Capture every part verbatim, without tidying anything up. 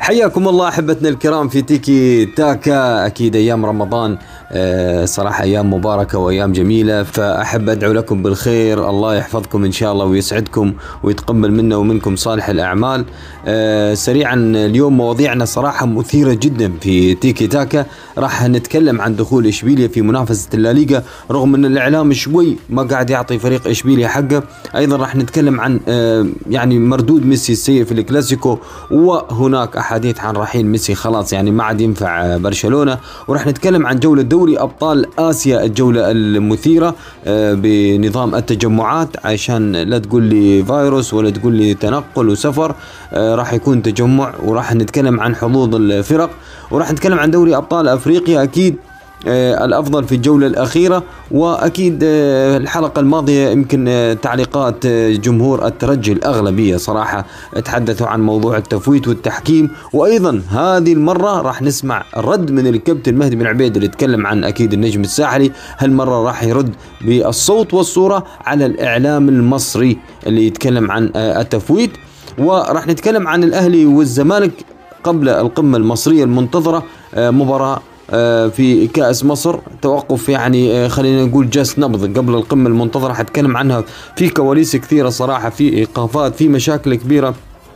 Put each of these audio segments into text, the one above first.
حياكم الله أحبتنا الكرام في تيكي تاكا. أكيد أيام رمضان أه صراحة أيام مباركة وأيام جميلة، فأحب أدعو لكم بالخير، الله يحفظكم إن شاء الله ويسعدكم ويتقبل منا ومنكم صالح الأعمال. أه سريعا اليوم مواضيعنا صراحة مثيرة جدا في تيكي تاكا. راح نتكلم عن دخول إشبيليا في منافسة الليغا رغم أن الإعلام شوي ما قاعد يعطي فريق إشبيليا حقه. أيضا راح نتكلم عن أه يعني مردود ميسي السيء في الكلاسيكو، وهناك أحاديث عن رحيل ميسي خلاص يعني ما عاد ينفع برشلونة. وراح نتكلم عن جولة دوري أبطال آسيا، الجولة المثيرة بنظام التجمعات، عشان لا تقول لي فيروس ولا تقول لي تنقل وسفر، راح يكون تجمع. وراح نتكلم عن حظوظ الفرق، وراح نتكلم عن دوري أبطال أفريقيا أكيد آه الأفضل في الجولة الأخيرة. وأكيد آه الحلقة الماضية يمكن آه تعليقات آه جمهور الترجي الأغلبية صراحة تحدثوا عن موضوع التفويت والتحكيم. وأيضا هذه المرة راح نسمع رد من الكابتن مهدي بن عبيد اللي يتكلم عن أكيد النجم الساحلي. هالمرة راح يرد بالصوت والصورة على الإعلام المصري اللي يتكلم عن آه التفويت. وراح نتكلم عن الأهلي والزمالك قبل القمة المصرية المنتظرة، آه مباراة في كأس مصر، توقف يعني خلينا نقول جاس نبض قبل القمة المنتظرة. حتكلم عنها في كواليس كثيرة صراحة، في إيقافات، في مشاكل كبيرة،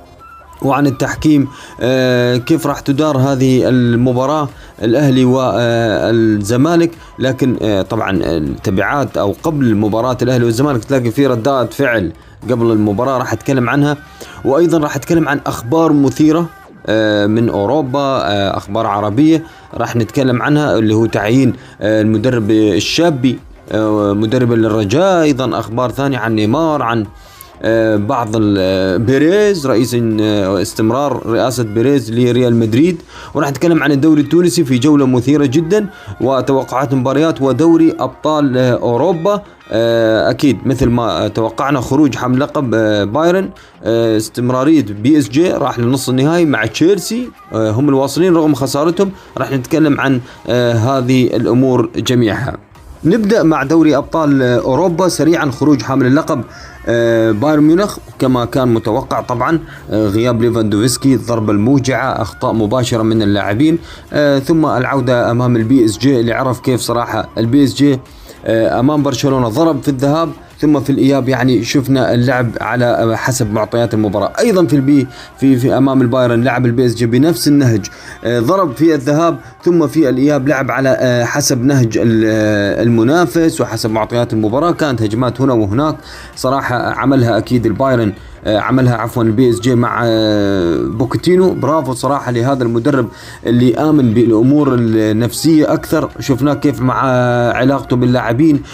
وعن التحكيم كيف راح تدار هذه المباراة الأهلي والزمالك. لكن طبعا التبعات أو قبل مباراة الأهلي والزمالك تلاقي في ردات فعل قبل المباراة راح أتكلم عنها. وأيضا راح أتكلم عن أخبار مثيرة من أوروبا، أخبار عربية راح نتكلم عنها، اللي هو تعيين المدرب الشابي مدرب للرجاء. أيضا أخبار ثانية عن نيمار، عن بعض بيريز، رئيس استمرار رئاسة بيريز لريال مدريد. وراح نتكلم عن الدوري التونسي في جولة مثيرة جدا، وتوقعات مباريات، ودوري أبطال أوروبا. أكيد مثل ما توقعنا خروج حمل لقب بايرن، استمرارية بي اس جي راح للنص النهائي مع تشيلسي، هم الواصلين رغم خسارتهم. راح نتكلم عن هذه الأمور جميعها. نبدأ مع دوري أبطال أوروبا سريعا. خروج حامل اللقب بايرن ميونخ كما كان متوقع طبعا، غياب ليفاندوفسكي، الضربة الموجعة، أخطاء مباشرة من اللاعبين، ثم العودة أمام البي اس جي اللي عرف كيف صراحة البي اس جي أمام برشلونة ضرب في الذهاب، ثم في الإياب يعني شفنا اللعب على حسب معطيات المباراة. أيضا في البي في في أمام البايرن لعب البي اس جي بنفس النهج، ضرب في الذهاب، ثم في الإياب لعب على حسب نهج المنافس وحسب معطيات المباراة. كانت هجمات هنا وهناك صراحة عملها أكيد البايرن، عملها عفوا البي اس جي مع بوكيتينو. برافو صراحة لهذا المدرب اللي آمن بالأمور النفسية أكثر. شفناه كيف مع علاقته باللاعبين.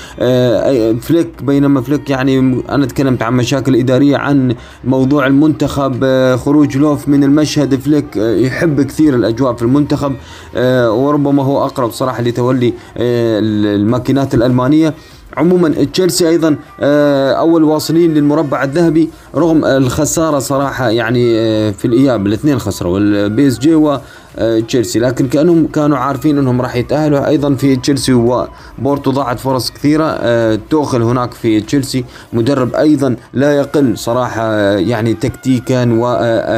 فليك، بينما فليك يعني أنا تكلمت عن مشاكل إدارية، عن موضوع المنتخب، خروج لوف من المشهد. فليك يحب كثير الأجواء في المنتخب، وربما هو أقرب صراحة لتولي الماكينات الألمانية. عموما تشيلسي أيضا أول واصلين للمربع الذهبي رغم الخسارة صراحة يعني في الإياب، الاثنين خسروا البي اس جي وتشيلسي، لكن كأنهم كانوا عارفين أنهم راح يتأهلوا. أيضا في تشيلسي وبورتو ضاعت فرص كثيرة. توخل هناك في تشيلسي مدرب أيضا لا يقل صراحة يعني تكتيكا و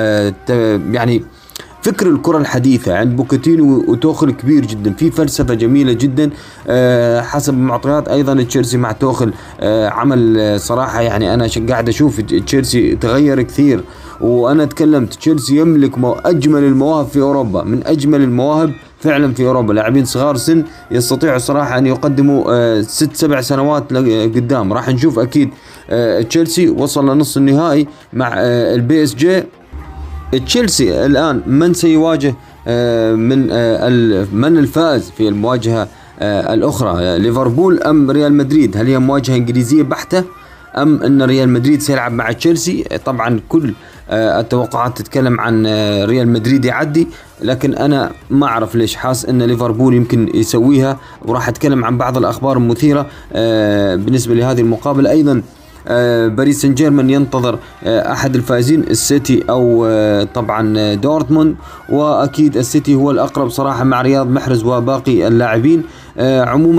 يعني فكر الكرة الحديثة عند بوكيتينو وتوخل كبير جدا، في فلسفة جميلة جدا أه حسب المعطيات. أيضا تشيلسي مع توخل أه عمل صراحة يعني أنا قاعد أشوف تشيلسي تغير كثير. وأنا تكلمت تشيلسي يملك أجمل المواهب في أوروبا، من أجمل المواهب فعلا في أوروبا، لاعبين صغار سن يستطيعوا صراحة أن يقدموا أه ست سبع سنوات قدام. راح نشوف أكيد أه تشيلسي وصل لنص النهائي مع أه البي اس جي. تشيلسي الآن من سيواجه من من الفائز في المواجهة الأخرى، ليفربول أم ريال مدريد؟ هل هي مواجهة إنجليزية بحتة أم أن ريال مدريد سيلعب مع تشيلسي؟ طبعا كل التوقعات تتكلم عن ريال مدريد يعدي، لكن أنا ما أعرف ليش حاس أن ليفربول يمكن يسويها. وراح أتكلم عن بعض الأخبار المثيرة بالنسبة لهذه المقابلة. أيضا باريس سان جيرمان ينتظر أحد الفائزين، السيتي أو طبعا دورتموند، وأكيد السيتي هو الأقرب صراحة مع رياض محرز وباقي اللاعبين. عموما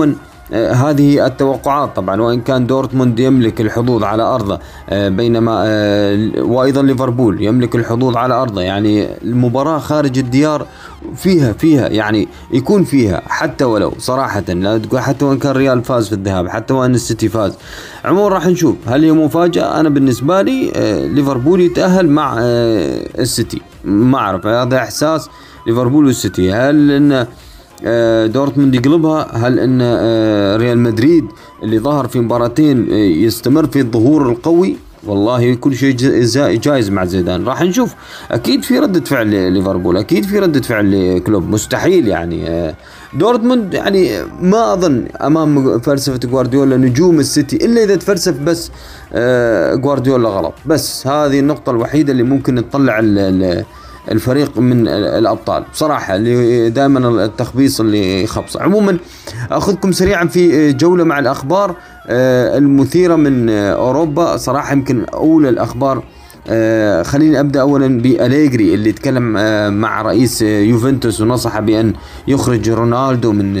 آه هذه التوقعات طبعا، وإن كان دورتموند يملك الحظوظ على أرضه آه بينما آه وأيضا ليفربول يملك الحظوظ على أرضه. يعني المباراة خارج الديار فيها فيها يعني يكون فيها حتى ولو صراحة لا تقول حتى وإن كان ريال فاز في الذهاب، حتى وإن السيتي فاز. عموما راح نشوف هل هي مفاجأة. أنا بالنسبة لي آه ليفربول يتأهل مع آه السيتي، ما أعرف، هذا إحساس ليفربول والسيتي. هل إن دورتموند يقلبها؟ هل ان ريال مدريد اللي ظهر في مباراتين يستمر في الظهور القوي؟ والله كل شيء جايز مع زيدان، راح نشوف. اكيد في ردة فعل ليفربول، اكيد في ردة فعل لكلوب، مستحيل يعني دورتموند يعني ما اظن امام فلسفة جوارديولا نجوم السيتي الا اذا تفلسف بس جوارديولا غلط. بس هذه النقطة الوحيدة اللي ممكن نطلع الفريق من الأبطال بصراحة، اللي دائما التخبيص اللي يخبص. عموما أخذكم سريعا في جولة مع الأخبار المثيرة من أوروبا. صراحة يمكن أولى الأخبار، خليني أبدأ أولا بأليغري اللي تكلم مع رئيس يوفنتوس ونصح بأن يخرج رونالدو من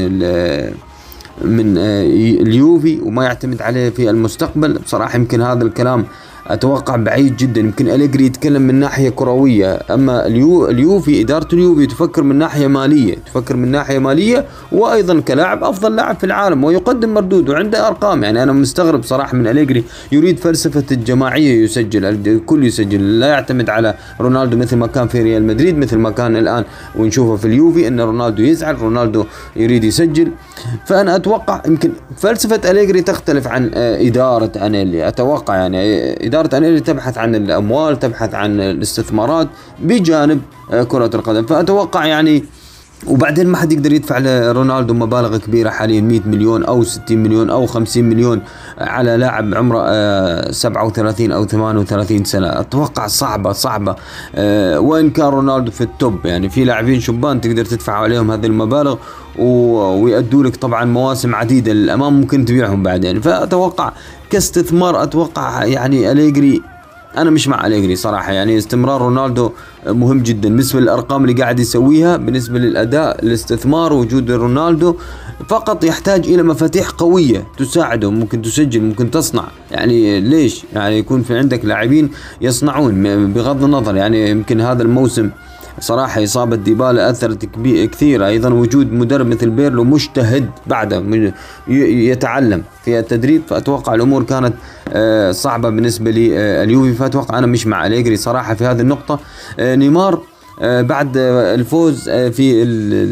من اليوفي وما يعتمد عليه في المستقبل. بصراحة يمكن هذا الكلام أتوقع بعيد جدا. يمكن أليغري يتكلم من ناحية كروية، أما اليو اليوفي إدارة اليوفي تفكر من ناحية مالية، تفكر من ناحية مالية وأيضا كلاعب أفضل لاعب في العالم ويقدم مردود وعنده أرقام. يعني أنا مستغرب صراحة من أليغري، يريد فلسفة الجماعية، يسجل الكل يسجل، لا يعتمد على رونالدو مثل ما كان في ريال مدريد، مثل ما كان الآن ونشوفه في اليوفي أن رونالدو يزعل، رونالدو يريد يسجل. فأنا أتوقع يمكن فلسفة أليغري تختلف عن إدارة أنيلي. أتوقع يعني إدارة أنيلي تبحث عن الأموال، تبحث عن الاستثمارات بجانب كرة القدم. فأتوقع يعني وبعدين ما حد يقدر يدفع لرونالدو مبالغ كبيرة حاليا، مئة مليون أو ستين مليون أو خمسين مليون على لاعب عمره سبعة وثلاثين أو ثمانية وثلاثين سنة. أتوقع صعبة صعبة وإن كان رونالدو في التوب. يعني في لاعبين شبان تقدر تدفع عليهم هذه المبالغ ويأدوا لك طبعا مواسم عديدة للأمام، ممكن تبيعهم بعدين. فأتوقع كاستثمار أتوقع يعني أليغري، أنا مش مع أليغري صراحة. يعني استمرار رونالدو مهم جدا بالنسبة للأرقام اللي قاعد يسويها، بالنسبة للأداء، الاستثمار، وجود رونالدو فقط يحتاج إلى مفاتيح قوية تساعده، ممكن تسجل، ممكن تصنع. يعني ليش يعني يكون في عندك لاعبين يصنعون بغض النظر. يعني يمكن هذا الموسم صراحة إصابة ديبالا أثرت كثير، أيضا وجود مدرب مثل بيرلو مجتهد بعده يتعلم في التدريب. فأتوقع الأمور كانت صعبة بالنسبة لي اليوفي. فأتوقع أنا مش مع أليغري صراحة في هذه النقطة. نيمار بعد الفوز في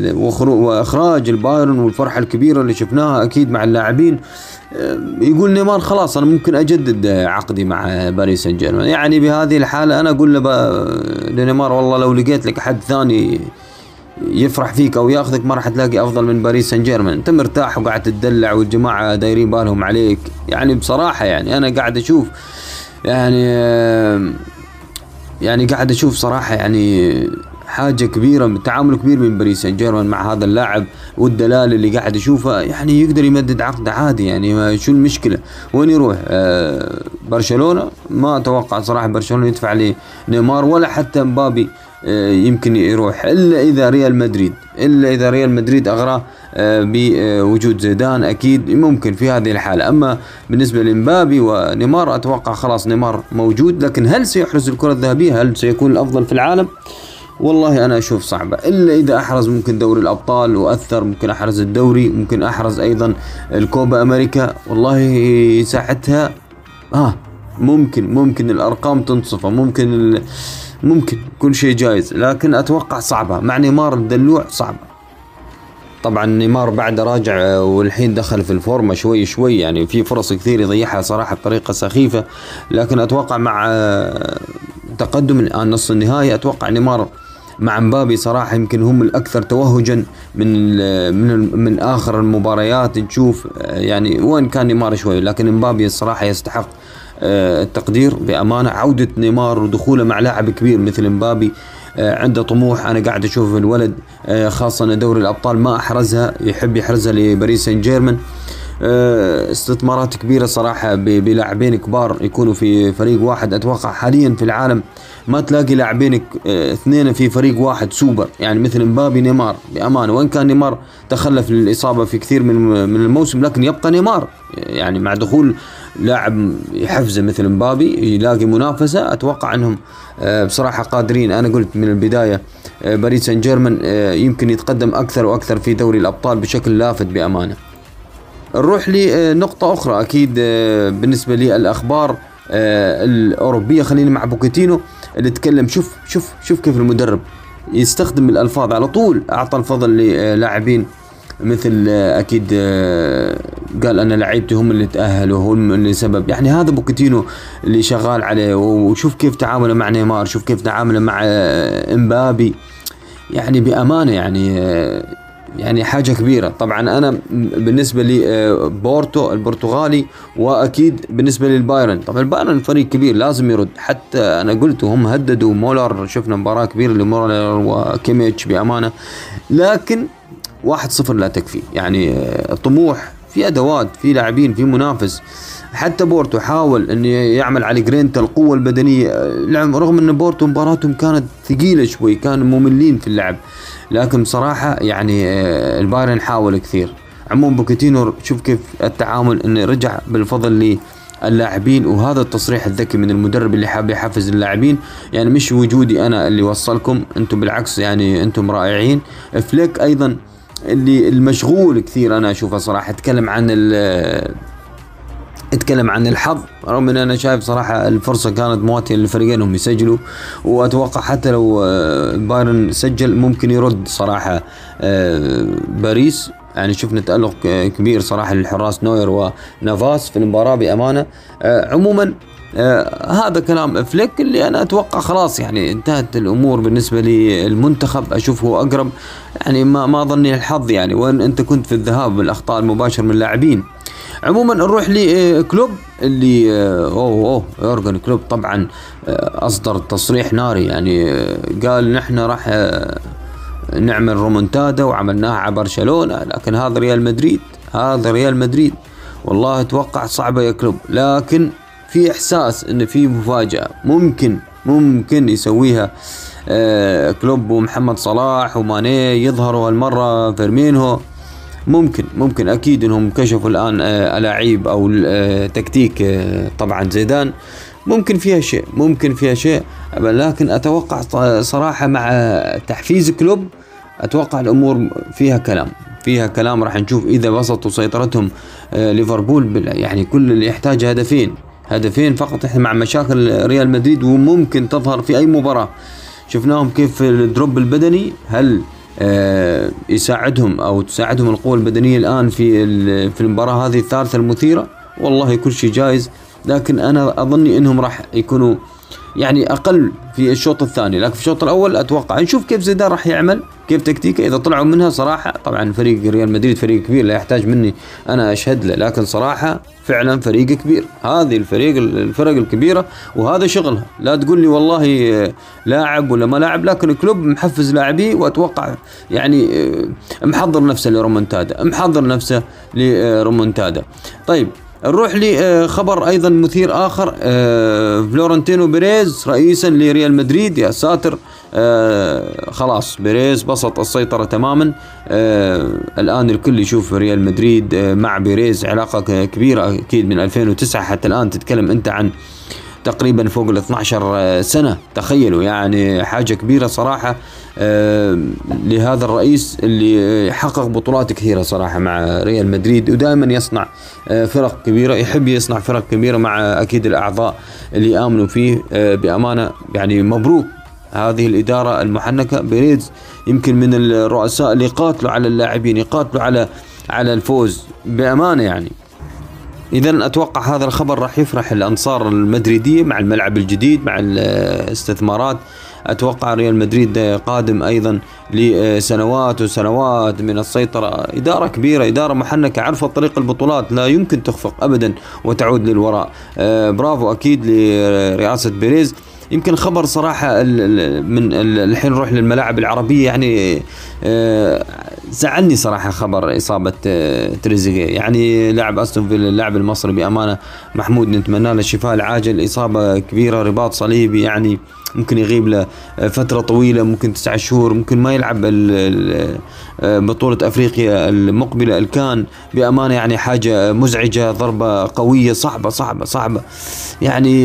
وإخراج البايرن والفرحة الكبيرة اللي شفناها أكيد مع اللاعبين، يقول نيمار خلاص أنا ممكن أجدد عقدي مع باريس سان جيرمان. يعني بهذه الحالة أنا أقول لنيمار والله لو لقيت لك حد ثاني يفرح فيك أو يأخذك ما راح تلاقي أفضل من باريس سان جيرمان. أنت مرتاح وقاعد تدلع والجماعة دايرين بالهم عليك. يعني بصراحة يعني أنا قاعد أشوف يعني يعني قاعد أشوف صراحة يعني حاجة كبيرة، تعامل كبير من باريس سان جيرمان مع هذا اللاعب والدلال اللي قاعد أشوفه. يعني يقدر يمدد عقده عادي، يعني شو المشكلة؟ وين يروح؟ آه برشلونة؟ ما أتوقع صراحة برشلونة يدفع لنيمار ولا حتى مبابي آه يمكن يروح، إلا إذا ريال مدريد إلا إذا ريال مدريد أغراه آه بوجود زيدان أكيد ممكن في هذه الحالة. أما بالنسبة لمبابي ونيمار أتوقع خلاص نيمار موجود، لكن هل سيحرز الكرة الذهبية؟ هل سيكون الأفضل في العالم؟ والله أنا أشوف صعبة، إلا إذا أحرز ممكن دوري الأبطال وأثر، ممكن أحرز الدوري، ممكن أحرز أيضا الكوبا أمريكا. والله ساعتها آه ممكن ممكن الأرقام تنصفه، ممكن ممكن كل شيء جائز. لكن أتوقع صعبة مع نيمار الدلوع، صعبة. طبعا نيمار بعد راجع والحين دخل في الفورمة شوي شوي، يعني في فرص كثير يضيعها صراحة بطريقة سخيفة. لكن أتوقع مع تقدم الآن نص النهائي أتوقع نيمار مع مبابي صراحة يمكن هم الأكثر توهجا من من من آخر المباريات. نشوف يعني وين كان نيمار شوي، لكن مبابي الصراحة يستحق التقدير بأمانة. عودة نيمار ودخوله مع لاعب كبير مثل مبابي عنده طموح. أنا قاعد أشوف الولد خاصة دوري الأبطال ما أحرزها، يحب يحرزها لباريس سان جيرمان. استثمارات كبيرة صراحة بلاعبين كبار يكونوا في فريق واحد. أتوقع حاليا في العالم ما تلاقي لاعبين اثنين في فريق واحد سوبر، يعني مثل مبابي نيمار بأمانة، وإن كان نيمار تخلف للإصابة في كثير من من الموسم، لكن يبقى نيمار يعني مع دخول لاعب يحفزه مثل مبابي يلاقي منافسة. أتوقع أنهم بصراحة قادرين. أنا قلت من البداية باريس سان جيرمان يمكن يتقدم أكثر وأكثر في دوري الأبطال بشكل لافت بأمانة. نروح لنقطة أخرى أكيد بالنسبة لي الأخبار الأوروبية. خلينا مع بوكيتينو اللي تكلم. شوف شوف شوف كيف المدرب يستخدم الألفاظ على طول. أعطى الفضل للاعبين مثل أكيد قال أنا لعيبتي هم اللي تأهلوا هم اللي سبب، يعني هذا بوكيتينو اللي شغال عليه. وشوف كيف تعامله مع نيمار، شوف كيف تعامله مع إمبابي، يعني بأمانة يعني يعني حاجة كبيرة. طبعا أنا بالنسبة لي بورتو البرتغالي، وأكيد بالنسبة للبايرن. طبعا البايرن فريق كبير لازم يرد، حتى أنا قلت هم هددوا مولر، شفنا مباراة كبيرة لمولر وكيميتش بأمانة، لكن واحد صفر لا تكفي. يعني طموح في أدوات في لاعبين في منافس. حتى بورتو حاول أن يعمل على جرينتا القوة البدنية، رغم أن بورتو مباراتهم كانت ثقيلة شوي، كانوا مملين في اللعب، لكن بصراحة يعني البايرن حاول كثير. عموما بوكيتينو شوف كيف التعامل، أنه رجع بالفضل للاعبين، وهذا التصريح الذكي من المدرب اللي حاب يحفز اللاعبين. يعني مش وجودي أنا اللي وصلكم، أنتم بالعكس يعني أنتم رائعين. فليك أيضا اللي المشغول كثير أنا أشوفه صراحة، اتكلم عن اتكلم عن الحظ، رغم ان انا شايف صراحة الفرصة كانت مواتية للفريقين هم يسجلوا، واتوقع حتى لو بايرن سجل ممكن يرد صراحة باريس. يعني شفنا تألق كبير صراحة للحراس نوير ونافاس في المباراة بأمانة. عموما هذا كلام فليك اللي انا اتوقع خلاص يعني انتهت الامور بالنسبة للمنتخب. اشوفه اقرب، يعني ما ما ظني الحظ يعني، وان انت كنت في الذهاب بالاخطاء المباشرة من اللاعبين. عموما نروح لكلوب اللي اوه اوه يورجن كلوب طبعا اصدر تصريح ناري، يعني قال نحن راح نعمل رومونتادا وعملناها على برشلونة، لكن هذا ريال مدريد، هذا ريال مدريد. والله اتوقع صعبة يا كلوب، لكن في احساس ان في مفاجأة ممكن ممكن يسويها كلوب، ومحمد صلاح وماني يظهروا هالمرة، فيرمينهو ممكن ممكن اكيد انهم كشفوا الان الاعيب او تكتيك طبعا زيدان، ممكن فيها شيء ممكن فيها شيء لكن اتوقع صراحة مع تحفيز كلوب اتوقع الامور فيها كلام فيها كلام راح نشوف اذا بسطوا سيطرتهم ليفربول. يعني كل اللي يحتاج هدفين هدفين فقط احنا مع مشاكل ريال مدريد، وممكن تظهر في اي مباراة. شفناهم كيف الدروب البدني، هل آه يساعدهم او تساعدهم القوة البدنية الان في في المباراة هذه الثالثة المثيرة؟ والله كل شيء جائز، لكن انا اظني انهم راح يكونوا يعني اقل في الشوط الثاني، لكن في الشوط الاول اتوقع نشوف كيف زيدان راح يعمل، كيف تكتيكه اذا طلعوا منها. صراحة طبعا فريق ريال مدريد فريق كبير لا يحتاج مني انا اشهد له، لكن صراحة فعلا فريق كبير. هذه الفريق الفرق الكبيرة وهذا شغلها، لا تقول لي والله لاعب ولا ما لاعب، لكن كلوب محفز لاعبيه، واتوقع يعني محضر نفسه لرومونتادا محضر نفسه لرومونتادا. طيب نروح لخبر ايضا مثير اخر، فلورنتينو بيريز رئيسا لريال مدريد. يا ساتر، خلاص بيريز بسط السيطرة تماما. الان الكل يشوف ريال مدريد مع بيريز علاقة كبيرة اكيد من ألفين وتسعة حتى الان، تتكلم انت عن تقريبا فوق ال اثنتي عشرة سنة، تخيلوا يعني حاجة كبيرة صراحة آه لهذا الرئيس اللي حقق بطولات كثيرة صراحة مع ريال مدريد، ودائما يصنع آه فرق كبيرة، يحب يصنع فرق كبيرة مع أكيد الأعضاء اللي آمنوا فيه. آه بأمانة يعني مبروك هذه الإدارة المحنكة. بيريز يمكن من الرؤساء اللي قاتلوا على اللاعبين، يقاتلوا على على الفوز بأمانة يعني. إذن أتوقع هذا الخبر راح يفرح الأنصار المدريدية مع الملعب الجديد مع الاستثمارات. أتوقع ريال مدريد قادم أيضا لسنوات وسنوات من السيطرة، إدارة كبيرة، إدارة محنكة، عرفت طريق البطولات، لا يمكن تخفق أبدا وتعود للوراء. برافو أكيد لرئاسة بيريز. يمكن خبر صراحة من الحين نروح للملاعب العربية، يعني زعلني صراحة خبر إصابة تريزيجيه، يعني لاعب أستون فيلا اللاعب المصري بأمانة محمود نتمنى له الشفاء العاجل. إصابة كبيرة، رباط صليبي، يعني ممكن يغيب له فترة طويلة، ممكن تسعة شهور، ممكن ما يلعب بطولة أفريقيا المقبلة الكان. بأمانة يعني حاجة مزعجة، ضربة قوية صعبة صعبة صعبة، يعني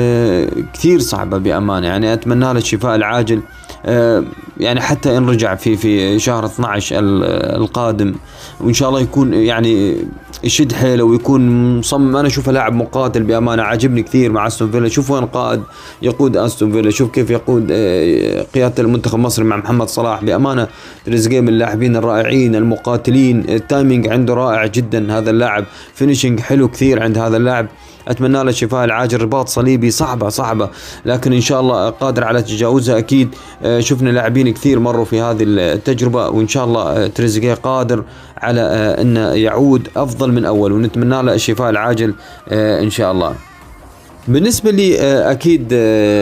كثير صعبة بأمانة. يعني أتمنى له الشفاء العاجل، يعني حتى إن رجع في في شهر اثنا عشر القادم، وإن شاء الله يكون يعني يشد حيله ويكون مصمم. أنا أشوفه لاعب مقاتل بأمانة، عاجبني كثير مع أستون فيلا. شوف وين قائد يقود أستون فيلا، شوف كيف يقود قيادة المنتخب المصري مع محمد صلاح. بأمانة تريزيجيه من اللاعبين الرائعين المقاتلين، التايمينج عنده رائع جدا هذا اللاعب، فينيشنج حلو كثير عند هذا اللاعب. أتمنى له الشفاء العاجل. رباط صليبي صعبة صعبة، لكن إن شاء الله قادر على تجاوزها أكيد. شفنا لاعبين كثير مروا في هذه التجربة، وإن شاء الله تريزيجيه قادر على أن يعود أفضل من أول، ونتمنى له الشفاء العاجل إن شاء الله. بالنسبة لي أكيد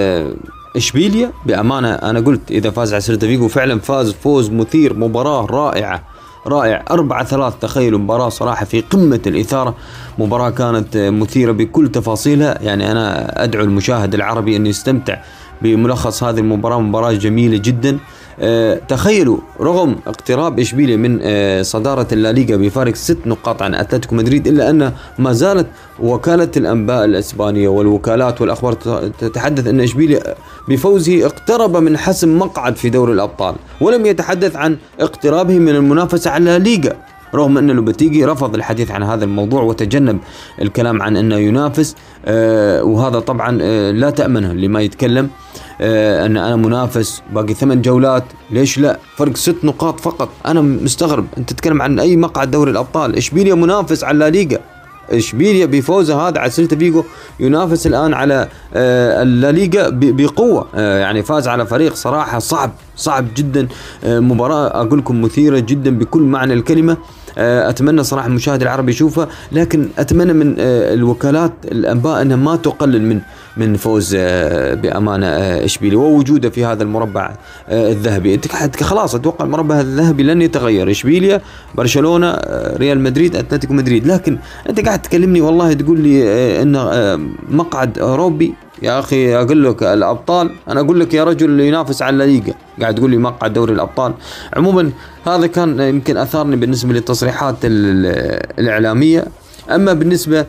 إشبيليا بأمانة، أنا قلت إذا فاز على سيلتا فيغو فعلا فاز فوز مثير، مباراة رائعة رائع، أربعة ثلاث. تخيلوا مباراة صراحة في قمة الإثارة، مباراة كانت مثيرة بكل تفاصيلها. يعني أنا أدعو المشاهد العربي أن يستمتع بملخص هذه المباراة، مباراة جميلة جدا. أه تخيلوا رغم اقتراب إشبيليا من أه صدارة الليغا بفارق ست نقاط عن أتلتيكو مدريد، إلا أن ما زالت وكالة الأنباء الإسبانية والوكالات والأخبار تتحدث أن إشبيليا بفوزه اقترب من حسم مقعد في دوري الأبطال، ولم يتحدث عن اقترابه من المنافسة على الليغا، رغم أن لوبتيجي رفض الحديث عن هذا الموضوع وتجنب الكلام عن أنه ينافس. أه وهذا طبعا أه لا تأمنه لما يتكلم، أه أن أنا منافس باقي ثمان جولات، ليش لا؟ فرق ست نقاط فقط. أنا مستغرب، أنت تتكلم عن أي مقعد دوري الأبطال؟ إشبيليا منافس على الليغا، إشبيليا بفوزه هذا على سيلتا فيغو ينافس الآن على آه الليغا بقوة. آه يعني فاز على فريق صراحة صعب صعب جدا. آه مباراة أقول لكم مثيرة جدا بكل معنى الكلمة. آه أتمنى صراحة المشاهد العربي يشوفها، لكن أتمنى من آه الوكالات الأنباء أنها ما تقلل من من فوز آه بأمانة آه إشبيليا ووجوده في هذا المربع آه الذهبي. أنت خلاص أتوقع المربع الذهبي لن يتغير، إشبيليا، برشلونة، آه ريال مدريد، أتلتيكو مدريد. لكن أنت قاعد تكلمني والله تقول لي آه إنه آه مقعد أوروبي. يا أخي أقول لك الأبطال، أنا أقول لك يا رجل ينافس على الليغا، قاعد تقول لي مقعد دوري الأبطال. عموما هذا كان يمكن أثارني بالنسبة للتصريحات الإعلامية. أما بالنسبة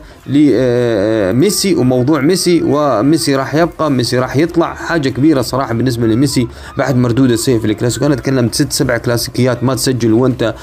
لميسي وموضوع ميسي، وميسي راح يبقى، ميسي راح يطلع، حاجة كبيرة صراحة بالنسبة لميسي بعد مردود السيف الكلاسيكو. أنا تكلمت ست سبع كلاسيكيات ما تسجل، وأنت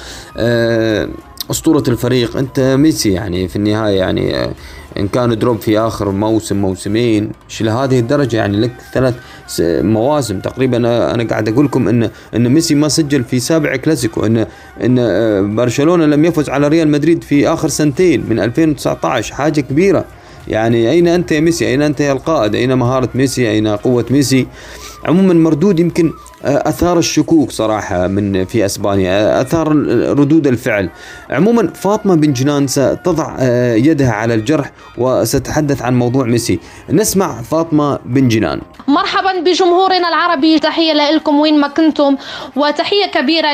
أسطورة الفريق، أنت ميسي يعني في النهاية. يعني إن كان دروب في آخر موسم موسمين مش لهذه الدرجة، يعني لك ثلاث مواسم تقريبا. أنا قاعد أقول لكم إن إن ميسي ما سجل في سابع كلاسيكو، إن إن برشلونة لم يفز على ريال مدريد في آخر سنتين من ألفين وتسعة عشر، حاجة كبيرة. يعني أين أنت يا ميسي؟ أين أنت يا القائد؟ أين مهارة ميسي؟ أين قوة ميسي؟ عموما مردود يمكن أثار الشكوك صراحة من في أسبانيا، أثار ردود الفعل. عموما فاطمة بن جنان ستضع يدها على الجرح وستتحدث عن موضوع ميسي. نسمع فاطمة بن جنان. مرحبا بجمهورنا العربي، تحية لكم وين ما كنتم، وتحية كبيرة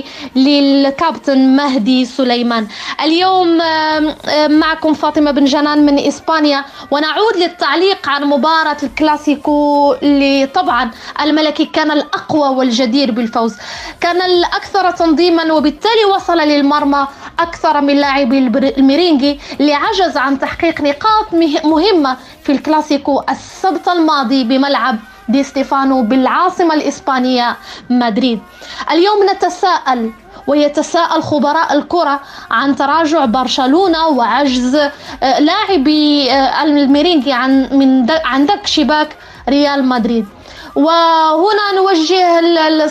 للكابتن مهدي سليمان. اليوم معكم فاطمة بن جنان من إسبانيا، ونعود للتعليق عن مباراة الكلاسيكو اللي طبعا الملكي كان الأقوى والجدير بالفوز، كان الأكثر تنظيما، وبالتالي وصل للمرمى أكثر من لاعبي الميرينجي اللي عجز عن تحقيق نقاط مهمة في الكلاسيكو السبت الماضي بملعب دي ستيفانو بالعاصمة الإسبانية مدريد. اليوم نتساءل ويتساءل خبراء الكرة عن تراجع برشلونة وعجز لاعبي الميرينجي عن من عن دك شباك ريال مدريد، وهنا نوجه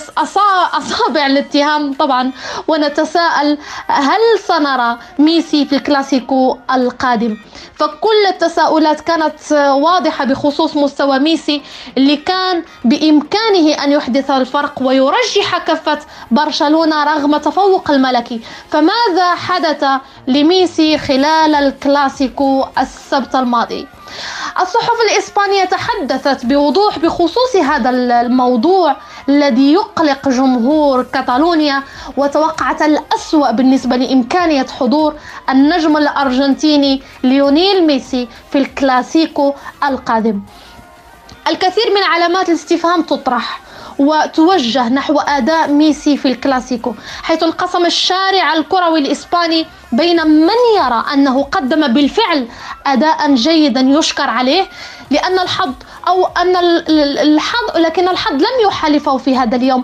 أصابع الاتهام طبعا ونتساءل هل سنرى ميسي في الكلاسيكو القادم؟ فكل التساؤلات كانت واضحة بخصوص مستوى ميسي اللي كان بإمكانه أن يحدث الفرق ويرجح كفة برشلونة رغم تفوق الملكي. فماذا حدث لميسي خلال الكلاسيكو السبت الماضي؟ الصحف الإسبانية تحدثت بوضوح بخصوص هذا الموضوع الذي يقلق جمهور كاتالونيا، وتوقعت الأسوأ بالنسبة لإمكانية حضور النجم الأرجنتيني ليونيل ميسي في الكلاسيكو القادم. الكثير من علامات الاستفهام تطرح وتوجه نحو أداء ميسي في الكلاسيكو، حيث انقسم الشارع الكروي الإسباني بين من يرى أنه قدم بالفعل أداء جيدا يشكر عليه لأن الحظ أو أن الحظ لكن الحظ لم يحالفه في هذا اليوم.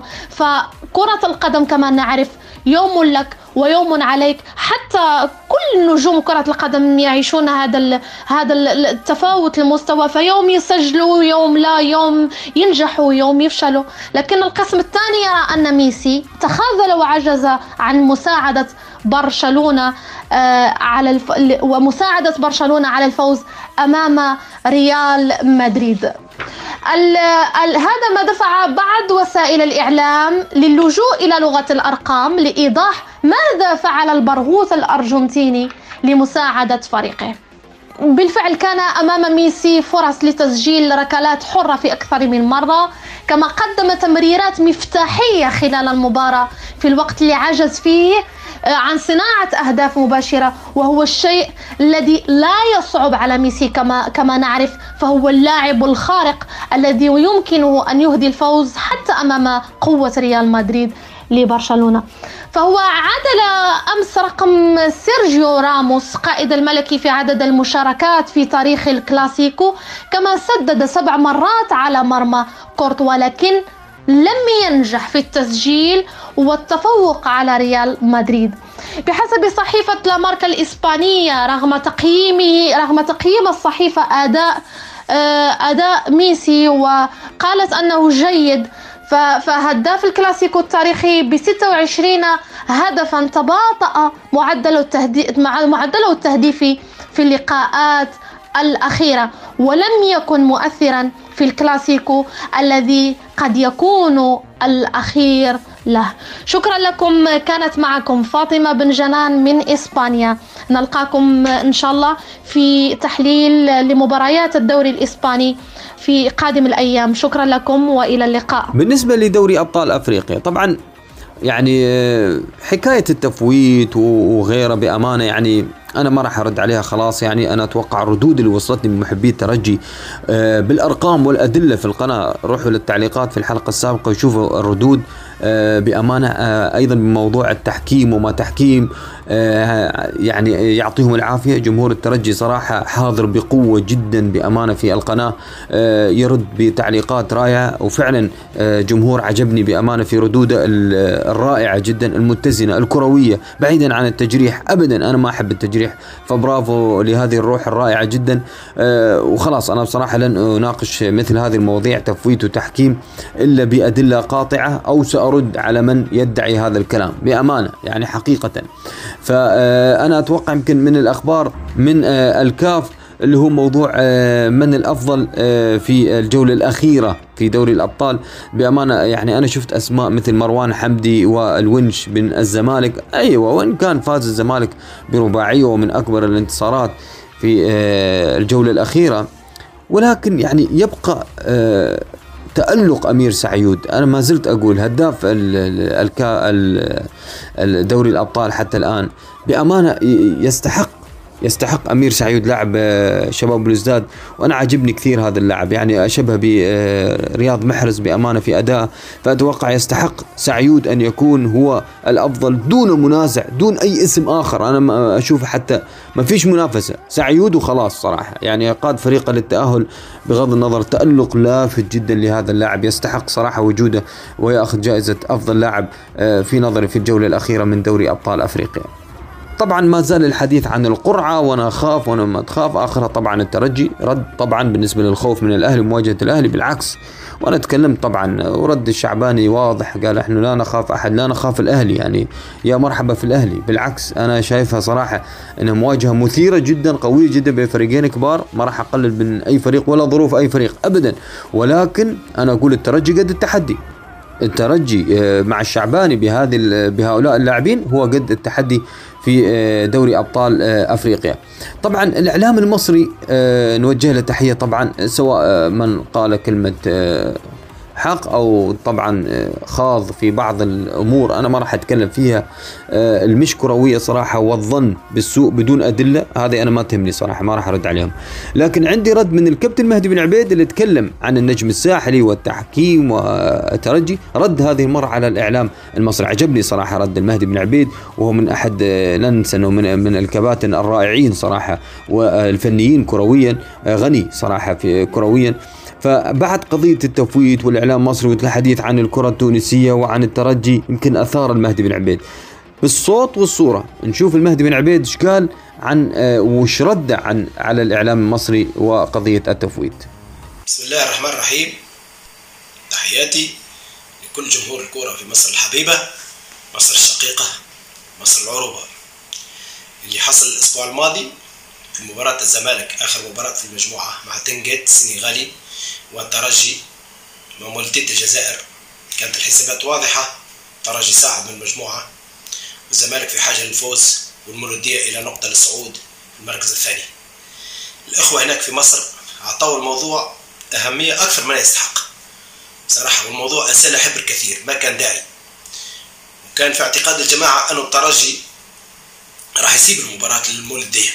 فكرة القدم كما نعرف يوم لك ويوم عليك، حتى كل نجوم كرة القدم يعيشون هذا هذا التفاوت المستوى، فيوم يسجلوا يوم لا، يوم ينجحوا يوم يفشلوا. لكن القسم الثاني يرى أن ميسي تخاذل وعجز عن مساعدة برشلونة على الف... ومساعدة برشلونة على الفوز أمام ريال مدريد. ال... ال... هذا ما دفع بعض وسائل الإعلام للجوء إلى لغة الأرقام لإيضاح ماذا فعل البرغوث الأرجنتيني لمساعدة فريقه. بالفعل كان أمام ميسي فرص لتسجيل ركلات حرة في أكثر من مرة، كما قدم تمريرات مفتاحية خلال المباراة في الوقت اللي عجز فيه عن صناعة أهداف مباشرة، وهو الشيء الذي لا يصعب على ميسي كما كما نعرف، فهو اللاعب الخارق الذي يمكنه أن يهدي الفوز حتى أمام قوة ريال مدريد لبرشلونة. فهو عدل أمس رقم سيرجيو راموس قائد الملكي في عدد المشاركات في تاريخ الكلاسيكو، كما سدد سبع مرات على مرمى كورتوا، لكن لم ينجح في التسجيل والتفوق على ريال مدريد. بحسب صحيفة لا ماركا الإسبانية، رغم تقييمه رغم تقييم الصحيفة أداء أداء ميسي وقالت أنه جيد، فهداف الكلاسيكو التاريخي ب ستة وعشرين هدفا تباطأ معدل التهديف مع معدله التهديفي في اللقاءات الأخيرة، ولم يكن مؤثرا في الكلاسيكو الذي قد يكون الأخير له. شكرا لكم، كانت معكم فاطمة بن جنان من إسبانيا. نلقاكم إن شاء الله في تحليل لمباريات الدوري الإسباني في قادم الأيام. شكرا لكم وإلى اللقاء. بالنسبة لدوري أبطال أفريقيا، طبعا يعني حكاية التفويت وغيره بأمانة يعني أنا ما راح أرد عليها خلاص. يعني أنا أتوقع الردود اللي وصلتني من محبي الترجي بالأرقام والأدلة في القناة، روحوا للتعليقات في الحلقة السابقة وشوفوا الردود بأمانة. أيضا بموضوع التحكيم وما تحكيم، يعني يعطيهم العافية. جمهور الترجي صراحة حاضر بقوة جدا بأمانة في القناة، يرد بتعليقات رائعة، وفعلا جمهور عجبني بأمانة في ردوده الرائعة جدا المتزنة الكروية بعيدا عن التجريح. أبدا أنا ما أحب التجريح، فبرافو لهذه الروح الرائعة جدا. وخلاص أنا بصراحة لن أناقش مثل هذه المواضيع تفويت وتحكيم إلا بأدلة قاطعة، أو سأرد على من يدعي هذا الكلام بأمانة يعني حقيقة. فأنا أتوقع يمكن من الأخبار من الكاف اللي هو موضوع من الأفضل في الجولة الأخيرة في دوري الأبطال. بأمانة يعني أنا شفت أسماء مثل مروان حمدي والونش من الزمالك، أيوة وإن كان فاز الزمالك برباعية ومن أكبر الانتصارات في الجولة الأخيرة، ولكن يعني يبقى تألق أمير سعيود. أنا ما زلت أقول هداف الدوري الأبطال حتى الآن بأمانة يستحق يستحق أمير سعيود، لاعب شباب بلوزداد، وأنا عجبني كثير هذا اللاعب، يعني أشبه برياض محرز بأمانة في أداء. فأتوقع يستحق سعيود أن يكون هو الأفضل دون منازع، دون أي اسم آخر. أنا ما أشوف حتى ما فيش منافسة، سعيود وخلاص صراحة. يعني قاد فريقه للتأهل بغض النظر، تألق لافت جدا لهذا اللاعب، يستحق صراحة وجوده ويأخذ جائزة أفضل لاعب في نظري في الجولة الأخيرة من دوري أبطال أفريقيا. طبعا ما زال الحديث عن القرعة، وانا اخاف وانا ما تخاف. اخرها طبعا الترجي رد طبعا بالنسبة للخوف من الاهلي ومواجهة الاهلي، بالعكس وانا تكلمت طبعا ورد الشعباني واضح، قال احنا لا نخاف احد، لا نخاف الاهلي، يعني يا مرحبا في الاهلي. بالعكس انا شايفها صراحة انها مواجهة مثيرة جدا قوية جدا بين فريقين كبار، ما راح اقلل من اي فريق ولا ظروف اي فريق ابدا، ولكن انا اقول الترجي قد التحدي، الترجي مع الشعباني بهذه بهؤلاء اللاعبين هو قد التحدي في دوري أبطال أفريقيا. طبعا الإعلام المصري نوجه له تحية طبعا، سواء من قال كلمة حق أو طبعا خاض في بعض الأمور أنا ما راح أتكلم فيها، المش كروية صراحة، والظن بالسوء بدون أدلة، هذه أنا ما تهمني صراحة، ما راح أرد عليهم. لكن عندي رد من الكابتن مهدي بن عبيد اللي تكلم عن النجم الساحلي والتحكيم والترجي، رد هذه المرة على الإعلام المصري. عجبني صراحة رد المهدي بن عبيد، وهو من أحد لا ننسى أنه من من الكباتن الرائعين صراحة والفنيين كرويا، غني صراحة في كرويا. فبعد قضية التفويت والإعلام المصري والحديث عن الكرة التونسية وعن الترجي، يمكن أثار المهدي بن عبيد بالصوت والصورة. نشوف المهدي بن عبيد ايش قال عن وش رد عن على الإعلام المصري وقضية التفويت. بسم الله الرحمن الرحيم. تحياتي لكل جمهور الكرة في مصر الحبيبة، مصر الشقيقة، مصر العروبة. اللي حصل الأسبوع الماضي في مباراة الزمالك، آخر مباراة في المجموعة مع تنجيت السنغالي والترجي مع مولودية الجزائر، كانت الحسابات واضحة، الترجي صعد من المجموعة والزمالك في حاجة للفوز والمولودية إلى نقطة للصعود المركز الثاني. الإخوة هناك في مصر أعطوا الموضوع أهمية أكثر ما يستحق صراحة، والموضوع أسال حبر كثير، ما كان داعي. وكان في اعتقاد الجماعة أن الترجي راح يسيب المباراة للمولودية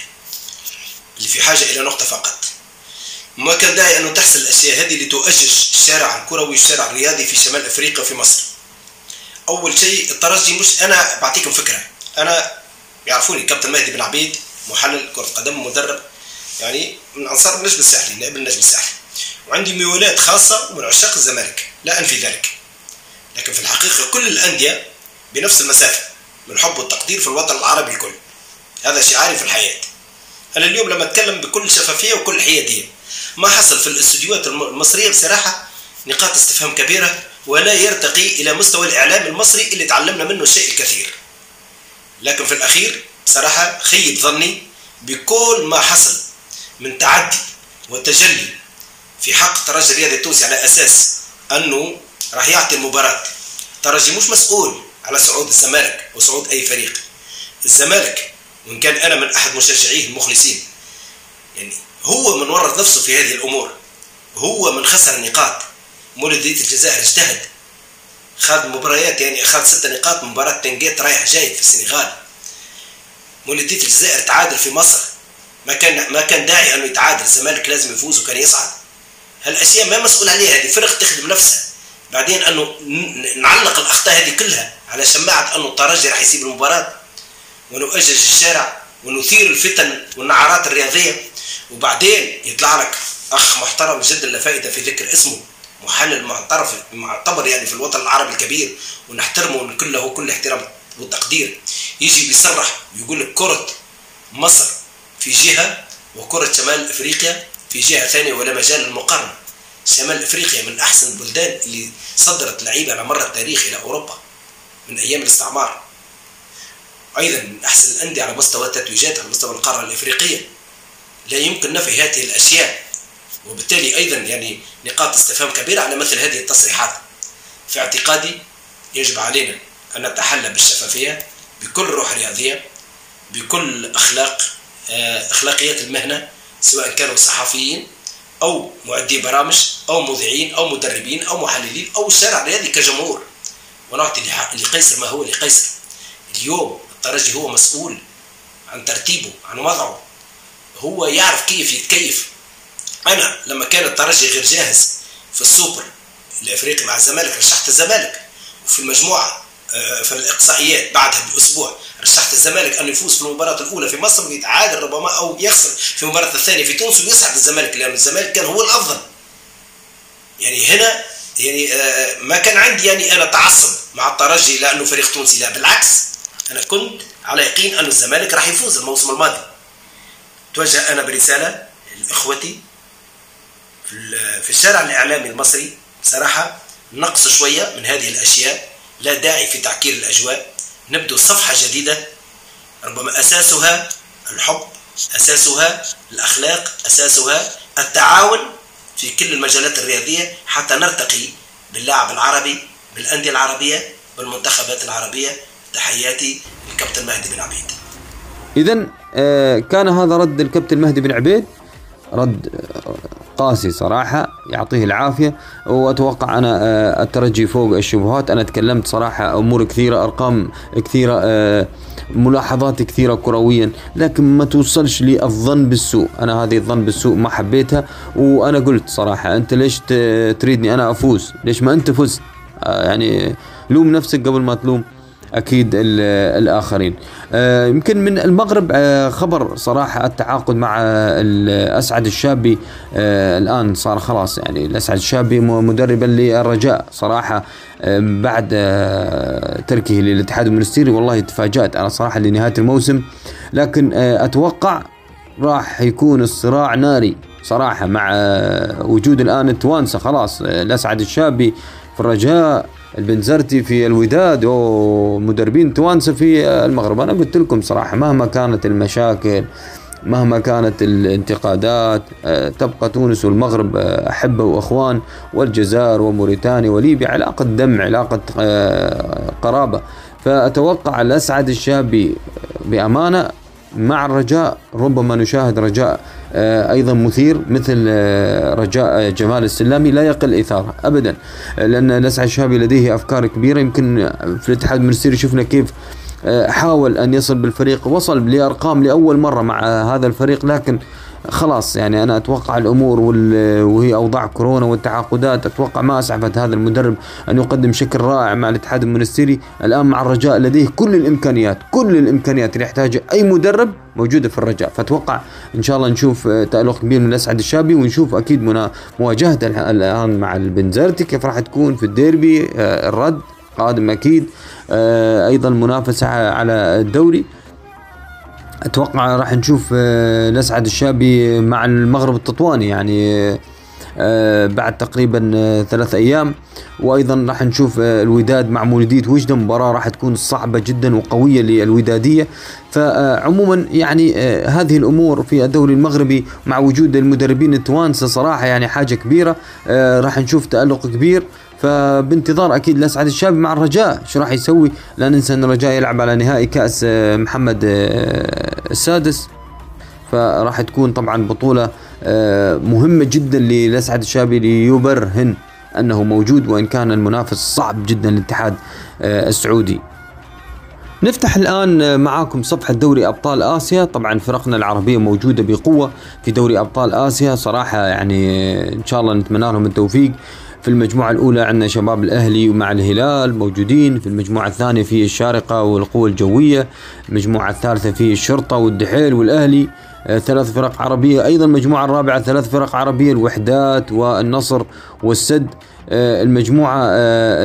اللي في حاجة إلى نقطة فقط. ما كان داعي أنه تحصل الأشياء هذه لتؤجج الشارع الكروي والشارع الرياضي في شمال أفريقيا وفي مصر. أول شيء الترجي، مش أنا بعطيكم فكرة، أنا يعرفوني كابتن مهدي بن عبيد، محلل كرة قدم، مدرب يعني من أنصار النجم الساحلي، نائب النجم الساحلي، وعندي ميولات خاصة من عشاق الزمالك، لا أنفي ذلك. لكن في الحقيقة كل الأندية بنفس المسافة من الحب والتقدير في الوطن العربي الكل، هذا شعاري في الحياة. أنا اليوم لما أتكلم بكل شفافية وكل حيادية، ما حصل في الاستوديوهات المصرية بصراحة نقاط استفهام كبيرة، ولا يرتقي إلى مستوى الإعلام المصري اللي تعلمنا منه الشيء الكثير. لكن في الأخير بصراحة خيب ظني بكل ما حصل من تعدي وتجلي في حق الترجي الرياضي التونسي، على أساس أنه راح يعطي المباراة. الترجي مش مسؤول على صعود الزمالك وصعود أي فريق. الزمالك وإن كان أنا من أحد مشجعيه المخلصين، يعني هو من ورط نفسه في هذه الأمور، هو من خسر نقاط. مولودية الجزائر اجتهد، خاض مباريات، يعني أخذ ست نقاط من مباراة تنجيت رايح جاي في السنغال. مولودية الجزائر تعادل في مصر، ما كان ما كان داعي أنه يتعادل، الزمالك لازم يفوز وكان يصعد. هالأشياء ما مسؤول عليها، هذه فرق تخدم نفسها. بعدين أنه نعلق الأخطاء هذه كلها على شماعة أنه الترجي راح يسيب المباراة، ونؤجج الشارع ونثير الفتن والنعرات الرياضية، وبعدين يطلع لك أخ محترم جدا لا فائدة في ذكر اسمه، محلل معترف معتبر يعني في الوطن العربي الكبير ونحترمه ونكون له كل احترام والتقدير، يجي بيصرح ويقول لك كرة مصر في جهة وكرة شمال افريقيا في جهة ثانية، ولا مجال للمقارنة. شمال افريقيا من احسن البلدان اللي صدرت لعيبة على مر التاريخ الى اوروبا من ايام الاستعمار، ايضا من احسن الاندية على مستوى التتويجات على مستوى القارة الافريقية. لا يمكن نفي هذه الاشياء، وبالتالي ايضا يعني نقاط استفهام كبيرة على مثل هذه التصريحات. في اعتقادي يجب علينا ان نتحلى بالشفافية بكل روح رياضية، بكل اخلاق اخلاقيات المهنة، سواء كانوا صحفيين او معدي برامج او مذيعين او مدربين او محللين او الشارع الرياضي كجمهور، ونعطي لقيصر ما هو لقيصر. اليوم الترجي هو مسؤول عن ترتيبه، عن وضعه، هو يعرف كيف يتكيف. انا لما كان الترجي غير جاهز في السوبر الافريقي مع الزمالك رشحت الزمالك، وفي المجموعه في الاقصائيات بعدها باسبوع رشحت الزمالك انه يفوز في المباراه الاولى في مصر ويتعادل ربما او يخسر في المباراه الثانيه في تونس ويصعد الزمالك، لان الزمالك كان هو الافضل. يعني هنا يعني ما كان عندي يعني انا تعصب مع الترجي لانه فريق تونسي، لا بالعكس، انا كنت على يقين ان الزمالك راح يفوز الموسم الماضي. توجه انا برساله لاخوتي في الشارع الاعلامي المصري، صراحه نقص شويه من هذه الاشياء، لا داعي في تعكير الاجواء. نبدو صفحه جديده ربما اساسها الحب، اساسها الاخلاق، اساسها التعاون في كل المجالات الرياضيه، حتى نرتقي باللاعب العربي بالأندية العربية بالمنتخبات العربية. تحياتي الكابتن مهدي بن عبيد. إذن آه كان هذا رد الكابتن مهدي بن عبيد، رد قاسي صراحة، يعطيه العافية. وأتوقع أنا آه الترجي فوق الشبهات. أنا تكلمت صراحة أمور كثيرة، أرقام كثيرة، آه ملاحظات كثيرة كرويا، لكن ما توصلش لي الظن بالسوء. أنا هذه الظن بالسوء ما حبيتها، وأنا قلت صراحة أنت ليش تريدني أنا أفوز؟ ليش ما أنت فزت؟ آه يعني لوم نفسك قبل ما تلوم أكيد الآخرين. آه يمكن من المغرب آه خبر صراحة التعاقد مع الأسعد الشابي. آه الآن صار خلاص، يعني الأسعد الشابي مدربا للرجاء صراحة آه بعد آه تركه للاتحاد المنستيري. والله تفاجأت أنا صراحة لنهاية الموسم، لكن آه أتوقع راح يكون الصراع ناري صراحة مع آه وجود الآن التوانسة خلاص. آه الأسعد الشابي في الرجاء، البنزرتي في الوداد، ومدربين توانسة في المغرب. أنا قلت لكم صراحة مهما كانت المشاكل، مهما كانت الانتقادات، تبقى تونس والمغرب أحبة وأخوان، والجزائر وموريتانيا وليبيا علاقة دم، علاقة قرابة. فأتوقع الأسعد الشابي بأمانة مع الرجاء ربما نشاهد رجاء أيضا مثير مثل رجاء جمال السلامي، لا يقل إثارة أبدا، لأن الأسعد الشابي لديه أفكار كبيرة. يمكن في الاتحاد المنستيري شفنا كيف حاول أن يصل بالفريق، وصل لأرقام لأول مرة مع هذا الفريق، لكن خلاص يعني أنا أتوقع الأمور وهي أوضاع كورونا والتعاقدات، أتوقع ما أسعفت هذا المدرب أن يقدم شكل رائع مع الاتحاد المنستيري. الآن مع الرجاء لديه كل الإمكانيات، كل الإمكانيات اللي يحتاجها أي مدرب موجودة في الرجاء. فأتوقع إن شاء الله نشوف تألق كبير من الأسعد الشابي، ونشوف أكيد مواجهة الآن مع البنزرتي كيف راح تكون في الديربي، الرد قادم أكيد، أيضا منافسة على الدوري. أتوقع راح نشوف الأسعد الشابي مع المغرب التطواني يعني بعد تقريبا ثلاث أيام، وأيضا راح نشوف الوداد مع مولودية وجدة، مباراة راح تكون صعبة جدا وقوية للودادية. فعموما يعني هذه الأمور في الدوري المغربي مع وجود المدربين التوانسة صراحة يعني حاجة كبيرة، راح نشوف تألق كبير. فبانتظار أكيد الأسعد الشابي مع الرجاء شو راح يسوي. لا ننسى أن الرجاء يلعب على نهائي كأس محمد السادس، فراح تكون طبعا بطولة مهمة جدا للأسعد الشابي ليبرهن أنه موجود، وإن كان المنافس صعب جدا للاتحاد السعودي. نفتح الآن معاكم صفحة دوري أبطال آسيا. طبعا فرقنا العربية موجودة بقوة في دوري أبطال آسيا صراحة، يعني إن شاء الله نتمنى لهم التوفيق. في المجموعة الأولى عندنا شباب الأهلي ومع الهلال موجودين، في المجموعة الثانية في الشارقة والقوة الجوية، المجموعة الثالثة في الشرطة والدحيل والأهلي، آه ثلاث فرق عربية. أيضا المجموعة الرابعة ثلاث فرق عربية، الوحدات والنصر والسد. آه المجموعة آه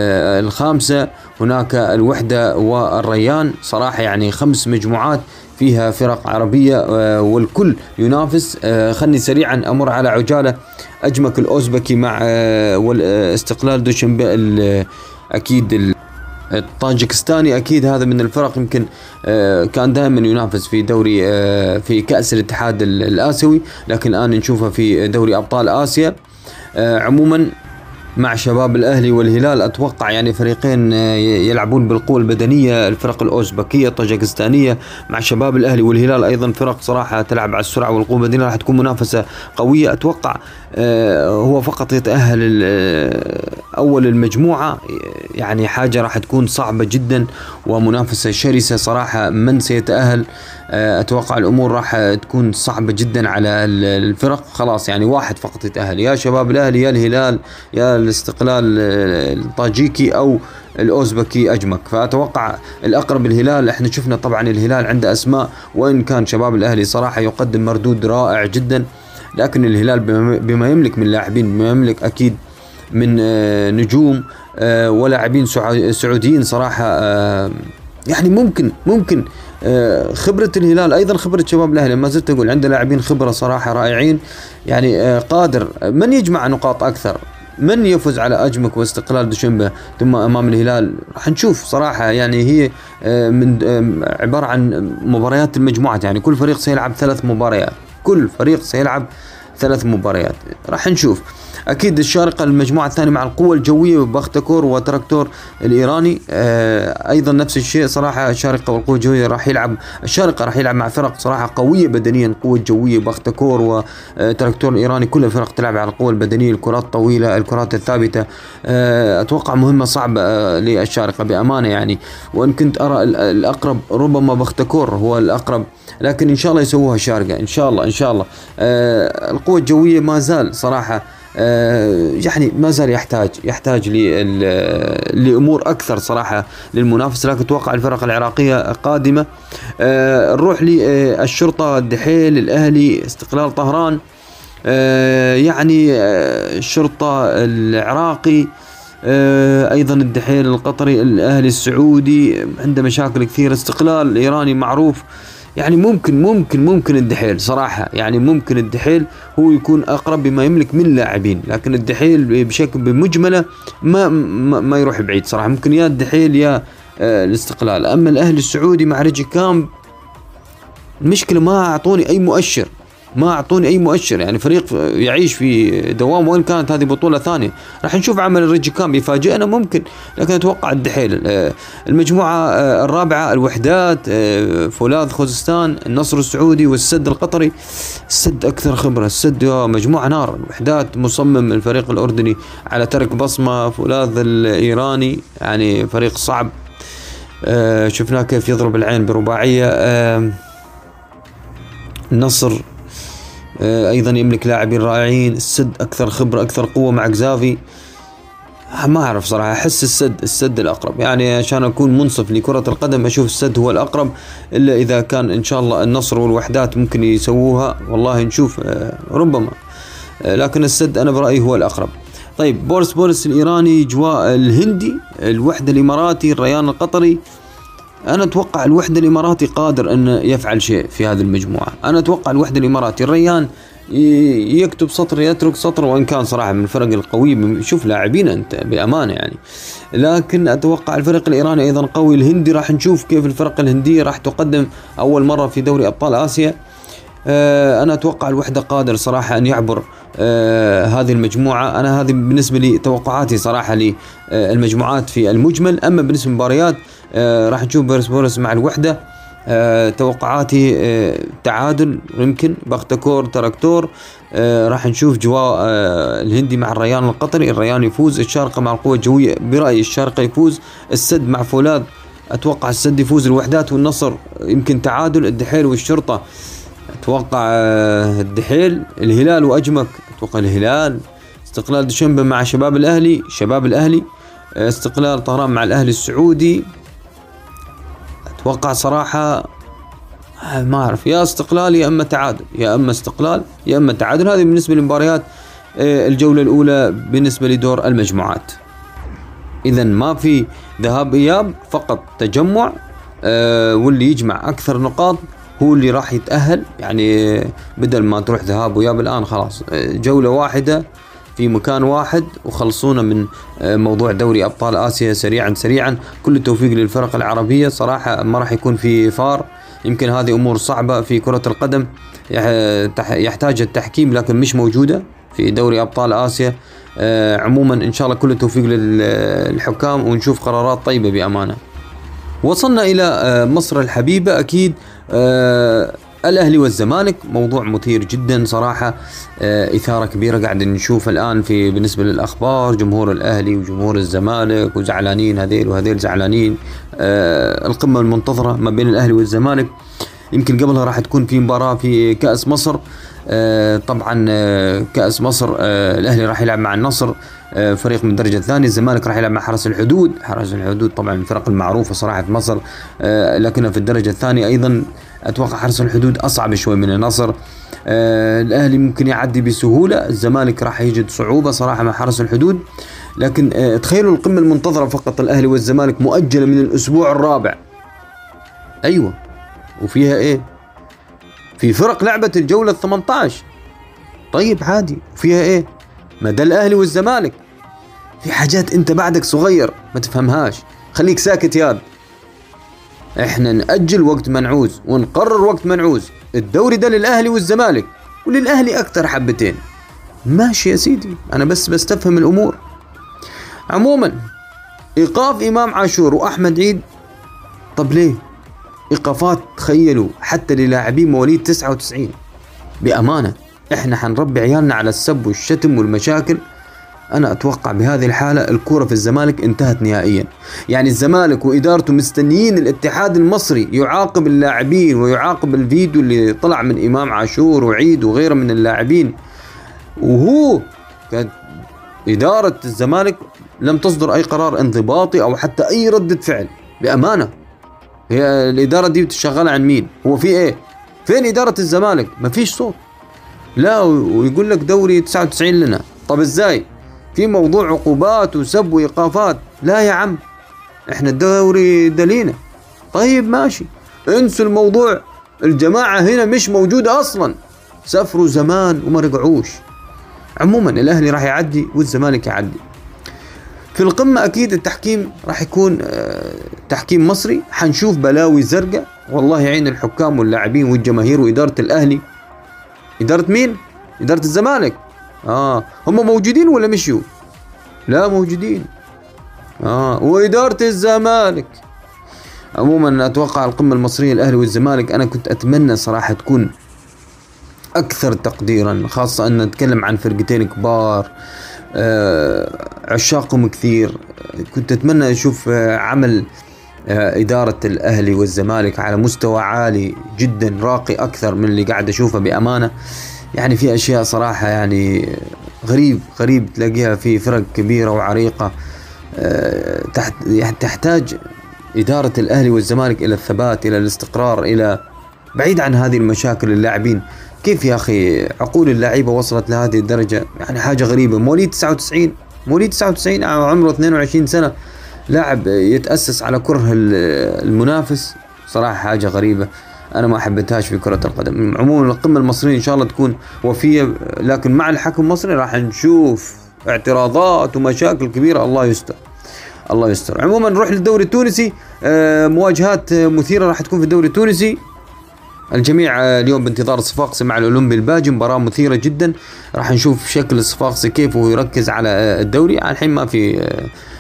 الخامسة هناك الوحدة والريان. صراحة يعني خمس مجموعات فيها فرق عربية آه والكل ينافس. آه خلني سريعا أمر على عجالة أجمك الأوزبكي مع آه والاستقلال دوشنبه أكيد الطاجكستاني، أكيد هذا من الفرق يمكن آه كان دائما ينافس في دوري آه في كأس الاتحاد الآسيوي، لكن الآن نشوفه في دوري أبطال آسيا. آه عموما مع شباب الأهلي والهلال أتوقع يعني فريقين يلعبون بالقوة البدنية، الفرق الأوزبكية الطاجكستانية مع شباب الأهلي والهلال أيضا فرق صراحة تلعب على السرعة والقوة البدنية، راح تكون منافسة قوية. أتوقع هو فقط يتأهل أول المجموعة، يعني حاجة راح تكون صعبة جدا ومنافسة شرسة صراحة. من سيتأهل أتوقع الأمور راح تكون صعبة جدا على الفرق، خلاص يعني واحد فقط يتأهل، يا شباب الأهلي يا الهلال يا الاستقلال الطاجيكي أو الأوزبكي أجمك. فأتوقع الأقرب الهلال. احنا شفنا طبعا الهلال عنده أسماء، وإن كان شباب الأهلي صراحة يقدم مردود رائع جدا، لكن الهلال بما يملك من لاعبين، بما يملك أكيد من نجوم ولاعبين سعوديين صراحة، يعني ممكن ممكن خبرة الهلال أيضا خبرة شباب الأهلي. ما زلت أقول عنده لاعبين خبرة صراحة رائعين، يعني قادر من يجمع نقاط أكثر، من يفوز على أجمك واستقلال دوشنبه ثم أمام الهلال. راح نشوف صراحة، يعني هي من عبارة عن مباريات المجموعات، يعني كل فريق سيلعب ثلاث مباريات، كل فريق سيلعب ثلاث مباريات، راح نشوف. اكيد الشارقه المجموعه الثانيه مع القوه الجويه بختكور وتراكتور الايراني. آه ايضا نفس الشيء صراحه الشارقه والقوه الجويه راح يلعب الشارقه راح يلعب مع فرق صراحه قويه بدنيا، قوه جويه بختكور وتراكتور الايراني كلها فرق تلعب على القوه البدنيه، الكرات الطويله، الكرات الثابته. آه اتوقع مهمه صعبه آه للشارقه بامانه يعني، وان كنت ارى الاقرب ربما بختكور هو الاقرب، لكن ان شاء الله يسووها الشارقه ان شاء الله ان شاء الله. آه القوه الجويه ما زال صراحه آه يعني ما زال يحتاج يحتاج لامور اكثر صراحه للمنافس، لكن اتوقع الفرق العراقيه قادمه. آه نروح للشرطه، الدحيل، الاهلي، استقلال طهران. آه يعني آه الشرطه العراقي، آه ايضا الدحيل القطري، الاهلي السعودي عنده مشاكل كثيره، استقلال الايراني معروف. يعني ممكن ممكن ممكن الدحيل صراحة، يعني ممكن الدحيل هو يكون أقرب بما يملك من لاعبين، لكن الدحيل بشكل بمجملة ما ما, ما يروح بعيد صراحة، ممكن يا الدحيل يا آه الاستقلال. أما الأهلي السعودي مع ريجي كامب المشكلة ما أعطوني أي مؤشر، ما أعطوني أي مؤشر، يعني فريق يعيش في دوام، وإن كانت هذه بطولة ثانية. راح نشوف عمل ريجي كامب يفاجئنا ممكن، لكن أتوقع الدحيل. المجموعة الرابعة الوحدات، فولاذ خوزستان، النصر السعودي والسد القطري. السد أكثر خبرة، السد مجموعة نار. الوحدات مصمم الفريق الأردني على ترك بصمة، فولاذ الإيراني يعني فريق صعب، شفناه كيف يضرب العين برباعية. النصر ايضا يملك لاعبين رائعين، السد اكثر خبره اكثر قوه مع كزافي. ما اعرف صراحه، احس السد السد الاقرب، يعني عشان اكون منصف لكره القدم اشوف السد هو الاقرب، الا اذا كان ان شاء الله النصر والوحدات ممكن يسووها، والله نشوف ربما، لكن السد انا برايي هو الاقرب. طيب بورس بورس الايراني، جواء الهندي، الوحده الاماراتي، الريان القطري. أنا أتوقع الوحدة الإماراتي قادر أن يفعل شيء في هذه المجموعة. أنا أتوقع الوحدة الإماراتي، الريان يكتب سطر يترك سطر، وإن كان صراحة من الفرق القوية، شوف لاعبين أنت بأمانة يعني، لكن أتوقع الفريق الإيراني أيضا قوي. الهندي راح نشوف كيف الفرق الهندية راح تقدم أول مرة في دوري أبطال آسيا. آه أنا أتوقع الوحدة قادر صراحة أن يعبر آه هذه المجموعة. أنا هذه بالنسبة لي توقعاتي صراحة للمجموعات في المجمل. أما بالنسبة للمباريات آه راح نشوف بورس بورس مع الوحدة. آه توقعاتي آه تعادل يمكن، بختكور تراكتور. آه راح نشوف جواء آه الهندي مع الريان القطري، الريان يفوز. الشارقة مع القوة الجوية برأيي الشارقة يفوز. السد مع فولاذ أتوقع السد يفوز. الوحدات والنصر يمكن تعادل. الدحيل والشرطة أتوقع آه الدحيل. الهلال وأجمك أتوقع الهلال. استقلال دشنبه مع شباب الأهلي، شباب الأهلي. آه استقلال طهران مع الأهلي السعودي. أتوقع صراحة ما أعرف، يا استقلال يا أما تعادل، يا أما استقلال يا أما تعادل. هذه بالنسبة لمباريات الجولة الأولى بالنسبة لدور المجموعات. إذا ما في ذهاب إياب، فقط تجمع، واللي يجمع أكثر نقاط هو اللي راح يتأهل. يعني بدل ما تروح ذهاب وإياب الآن خلاص جولة واحدة في مكان واحد وخلصونا من موضوع دوري أبطال آسيا سريعا سريعا. كل التوفيق للفرق العربية صراحة. ما راح يكون في فار، يمكن هذه أمور صعبة في كرة القدم يحتاج التحكيم، لكن مش موجودة في دوري أبطال آسيا. عموما إن شاء الله كل التوفيق للحكام ونشوف قرارات طيبة بأمانة. وصلنا إلى مصر الحبيبة. أكيد الأهلي والزمالك موضوع مثير جدا صراحة، إثارة كبيرة قاعد نشوف الآن في بالنسبة للأخبار. جمهور الأهلي وجمهور الزمالك وزعلانين، هذيل وهذيل زعلانين. القمة المنتظرة ما بين الأهلي والزمالك، يمكن قبلها راح تكون في مباراة في كأس مصر. طبعا كأس مصر الأهلي راح يلعب مع النصر، فريق من الدرجة الثانية. الزمالك راح يلعب مع حرس الحدود. حرس الحدود طبعا الفرق المعروفة صراحة في مصر، لكنها في الدرجة الثانية أيضا. أتوقع حرس الحدود أصعب شوي من النصر. الأهلي ممكن يعدي بسهولة، الزمالك راح يجد صعوبة صراحة مع حرس الحدود. لكن تخيلوا القمة المنتظرة فقط الأهلي والزمالك مؤجلة من الأسبوع الرابع. أيوة، وفيها إيه؟ في فرق لعبة الجولة الثمانية عشر. طيب عادي، وفيها إيه؟ ما ده الأهلي والزمالك. في حاجات أنت بعدك صغير ما تفهمهاش، خليك ساكت ياد. إحنا نأجل وقت ما نعوز ونقرر وقت ما نعوز. الدوري ده للأهلي والزمالك، وللأهلي أكثر حبتين. ماشي يا سيدي، أنا بس بستفهم الأمور. عموما إيقاف إمام عاشور وأحمد عيد، طب ليه؟ إيقافات تخيلوا حتى للاعبين مواليد تسعة وتسعين. بأمانة إحنا حنربي عيالنا على السب والشتم والمشاكل. أنا أتوقع بهذه الحالة الكورة في الزمالك انتهت نهائيا. يعني الزمالك وإدارته مستنيين الاتحاد المصري يعاقب اللاعبين ويعاقب الفيديو اللي طلع من إمام عاشور وعيد وغيره من اللاعبين، وهو كانت إدارة الزمالك لم تصدر أي قرار انضباطي أو حتى أي ردة فعل. بأمانة هي الإدارة دي بتشغل عن مين؟ هو في إيه؟ فين إدارة الزمالك؟ ما فيش صوت. لا، ويقول لك دوري تسعة وتسعين لنا. طب إزاي؟ في موضوع عقوبات وسب وإيقافات. لا يا عم، إحنا الدوري دلينا. طيب ماشي، انسوا الموضوع، الجماعة هنا مش موجودة أصلا، سافروا زمان وما رجعوش. عموما الأهلي راح يعدي والزمالك يعدي. في القمة أكيد التحكيم راح يكون تحكيم مصري. حنشوف بلاوي زرقاء، والله يعين الحكام واللاعبين والجماهير وإدارة الأهلي. إدارة مين؟ إدارة الزمالك. آه هم موجودين ولا مشيوا؟ لا موجودين. آه وإدارة الزمالك. عموما أتوقع القمة المصرية الأهلي والزمالك، أنا كنت أتمنى صراحة تكون أكثر تقديرا، خاصة أن نتكلم عن فرقتين كبار آه عشاقهم كثير. كنت أتمنى أشوف آه عمل آه إدارة الأهلي والزمالك على مستوى عالي جدا راقي أكثر من اللي قاعد أشوفه. بأمانة يعني في أشياء صراحة يعني غريب غريب تلاقيها في فرق كبيرة وعريقة آه تحت تحتاج إدارة الأهلي والزمالك إلى الثبات، إلى الاستقرار، إلى بعيد عن هذه المشاكل. اللاعبين كيف يا أخي عقول اللاعيبة وصلت لهذه الدرجة؟ يعني حاجة غريبة. مواليد تسعة وتسعين مواليد تسعة وتسعين عمره اثنين وعشرين سنة، لاعب يتأسس على كره المنافس. صراحة حاجة غريبة، أنا ما حبيتهاش في كرة القدم. عموما القمة المصرية إن شاء الله تكون وفية، لكن مع الحكم المصري راح نشوف اعتراضات ومشاكل كبيرة. الله يستر الله يستر. عموما نروح للدوري التونسي. مواجهات مثيرة راح تكون في الدوري التونسي. الجميع اليوم بانتظار الصفاقسي مع الأولمبي الباجي، مباراة مثيرة جدا. راح نشوف شكل الصفاقسي كيف هو يركز على الدوري. الحين ما في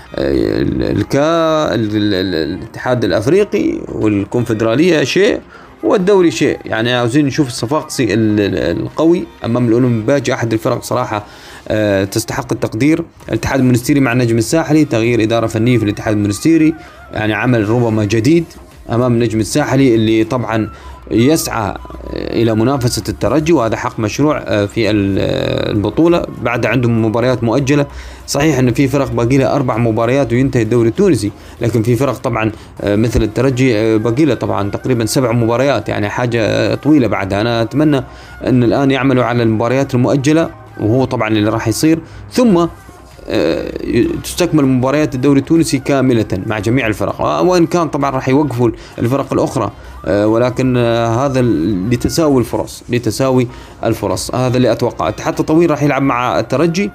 الكا الاتحاد الأفريقي والكونفدرالية شيء والدوري شيء، يعني عاوزين نشوف الصفاقسي القوي أمام الأولمبي الباجي، أحد الفرق صراحة تستحق التقدير. الاتحاد المونستيري مع النجم الساحلي، تغيير إدارة فنية في الاتحاد المونستيري، يعني عمل ربما جديد أمام النجم الساحلي اللي طبعا يسعى إلى منافسة الترجي، وهذا حق مشروع في البطولة. بعد عندهم مباريات مؤجلة. صحيح أن في فرق باقي لها أربع مباريات وينتهي الدوري التونسي، لكن في فرق طبعا مثل الترجي باقي لها طبعا تقريبا سبع مباريات، يعني حاجة طويلة بعدها. أنا أتمنى أن الآن يعملوا على المباريات المؤجلة، وهو طبعا اللي راح يصير، ثم تستكمل مباريات الدوري التونسي كاملة مع جميع الفرق، وإن كان طبعا راح يوقفوا الفرق الأخرى، ولكن هذا لتساوي الفرص لتساوي الفرص هذا اللي أتوقع. اتحاد تطوير راح يلعب مع الترجي.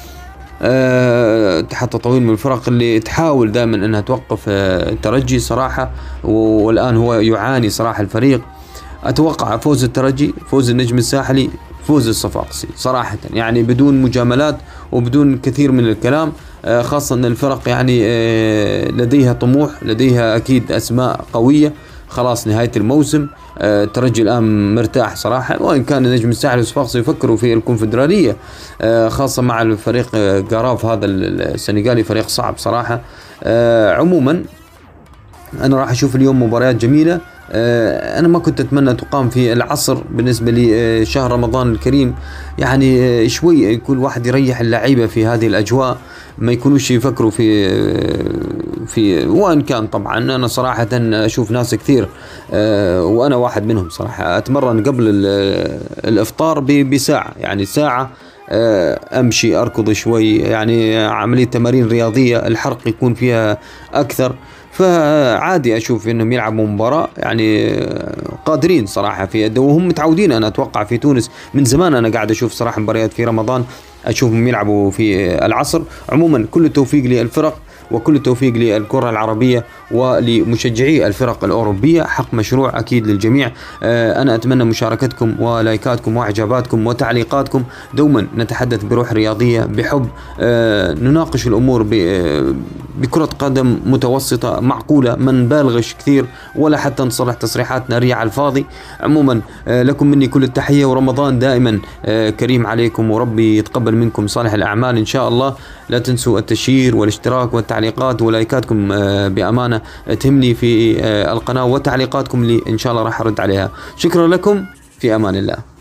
اتحاد تطوير من الفرق اللي تحاول دائما أنها توقف الترجي صراحة، والآن هو يعاني صراحة الفريق. أتوقع فوز الترجي، فوز النجم الساحلي، فوز الصفاقسي صراحة، يعني بدون مجاملات وبدون كثير من الكلام، خاصة أن الفرق يعني لديها طموح، لديها أكيد أسماء قوية. خلاص نهاية الموسم، الترجي الآن مرتاح صراحة، وإن كان النجم الساحلي والصفاقسي يفكروا في الكونفدرالية، خاصة مع الفريق قاراف هذا السنغالي، فريق صعب صراحة. عموما أنا راح أشوف اليوم مباريات جميلة. أنا ما كنت أتمنى تقام في العصر بالنسبة لي شهر رمضان الكريم، يعني شوي يكون واحد يريح اللعيبة في هذه الأجواء، ما يكونوش يفكروا في في وإن كان طبعا أنا صراحة أشوف ناس كثير وأنا واحد منهم صراحة أتمرن قبل الإفطار بساعة، يعني ساعة أمشي أركض شوي، يعني عملية تمارين رياضية، الحرق يكون فيها أكثر. فعادي أشوف إنهم يلعبوا مباراة، يعني قادرين صراحة في أداء، وهم متعودين. أنا أتوقع في تونس من زمان أنا قاعد أشوف صراحة مباريات في رمضان أشوفهم يلعبوا في العصر. عموما كل التوفيق للفرق، وكل التوفيق للكرة العربية ولمشجعي الفرق الأوروبية. حق مشروع أكيد للجميع. أنا أتمنى مشاركتكم ولايكاتكم وإعجاباتكم وتعليقاتكم. دوما نتحدث بروح رياضية بحب، نناقش الأمور بكرة قدم متوسطة معقولة، ما نبالغش كثير ولا حتى نصلح تصريحات نارية على الفاضي. عموما لكم مني كل التحية، ورمضان دائما كريم عليكم، وربي يتقبل منكم صالح الأعمال إن شاء الله. لا تنسوا التشير والاشتراك والتعليقات، ولايكاتكم بأمانة تهمني في القناة، وتعليقاتكم اللي إن شاء الله راح أرد عليها. شكرا لكم، في أمان الله.